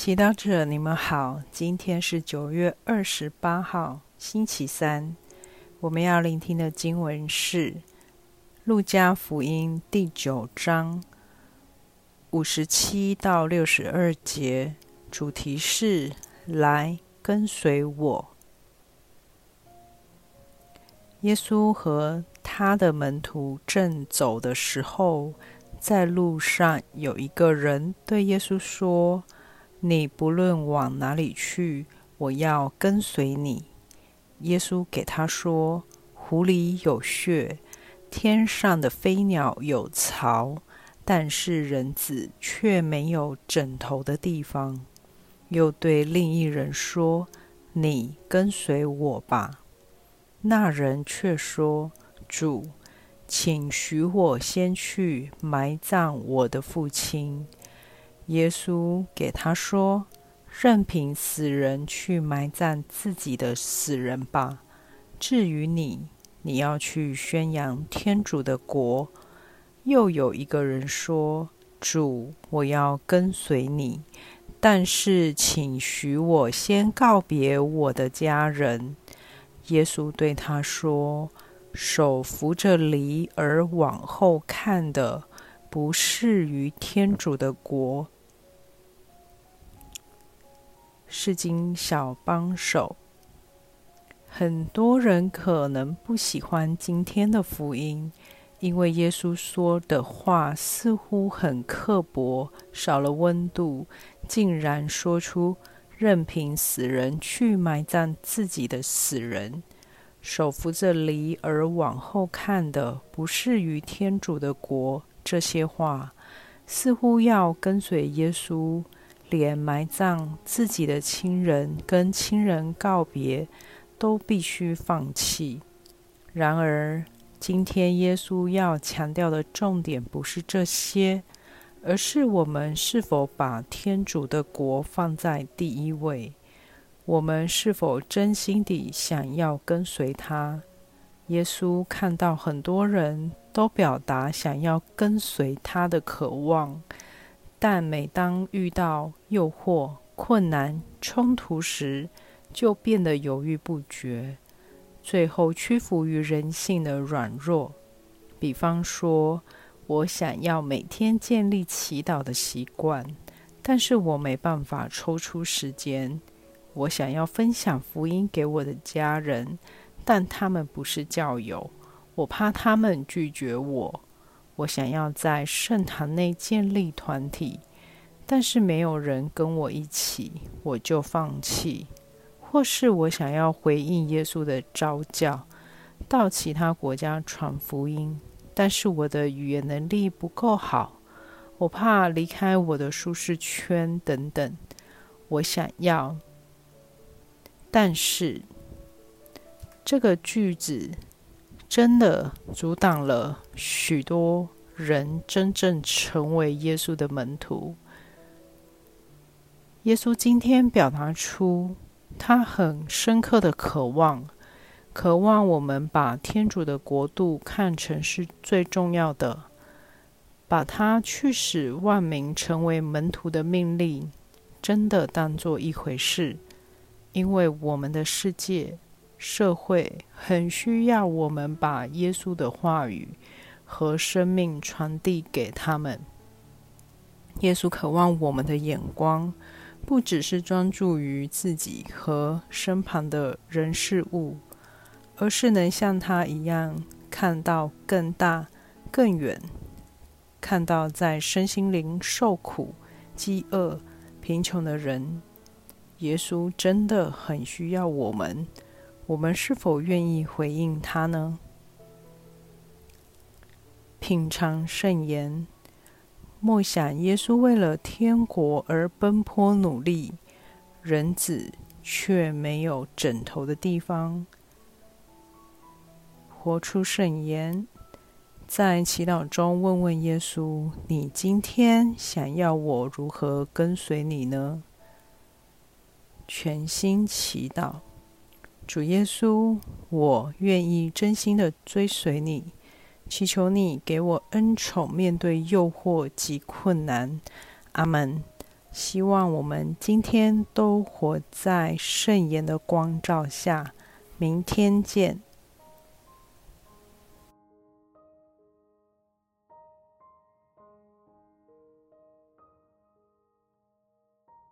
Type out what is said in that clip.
祈祷者，你们好，今天是9月28号，星期三。我们要聆听的经文是路加福音第9章57到62节，主题是来跟随我。耶稣和他的门徒正走的时候，在路上有一个人对耶稣说，你不论往哪里去，我要跟随你。耶稣给他说，湖里有穴，天上的飞鸟有巢，但是人子却没有枕头的地方。又对另一人说，你跟随我吧。那人却说，主，请许我先去埋葬我的父亲。耶稣给他说，任凭死人去埋葬自己的死人吧。至于你，你要去宣扬天主的国。又有一个人说，主，我要跟随你，但是请许我先告别我的家人。耶稣对他说，手扶着犁而往后看的，不是于天主的国。释经小帮手。很多人可能不喜欢今天的福音，因为耶稣说的话似乎很刻薄，少了温度，竟然说出任凭死人去埋葬自己的死人，手扶着犁而往后看的，不是于天主的国。这些话似乎要跟随耶稣，连埋葬自己的亲人跟亲人告别都必须放弃。然而今天耶稣要强调的重点不是这些，而是我们是否把天主的国放在第一位，我们是否真心地想要跟随他。耶稣看到很多人都表达想要跟随他的渴望，但每当遇到诱惑、困难、冲突时，就变得犹豫不决，最后屈服于人性的软弱。比方说，我想要每天建立祈祷的习惯，但是我没办法抽出时间。我想要分享福音给我的家人，但他们不是教友，我怕他们拒绝我。我想要在圣堂内建立团体，但是没有人跟我一起，我就放弃。或是我想要回应耶稣的召叫，到其他国家传福音，但是我的语言能力不够好，我怕离开我的舒适圈等等。我想要，但是这个句子真的阻挡了许多人真正成为耶稣的门徒。耶稣今天表达出他很深刻的渴望我们把天主的国度看成是最重要的，把他去使万民成为门徒的命令真的当作一回事，因为我们的世界社会很需要我们把耶稣的话语和生命传递给他们。耶稣渴望我们的眼光不只是专注于自己和身旁的人事物，而是能像他一样看到更大更远，看到在身心灵受苦、饥饿、贫穷的人。耶稣真的很需要我们，我们是否愿意回应他呢？品尝圣言，默想耶稣为了天国而奔波努力，人子却没有枕头的地方。活出圣言，在祈祷中问问耶稣，你今天想要我如何跟随你呢？全心祈祷，主耶稣，我愿意真心的追随你，祈求你给我恩宠，面对诱惑及困难。阿们。 希望我们今天都活在圣言的光照下。明天见。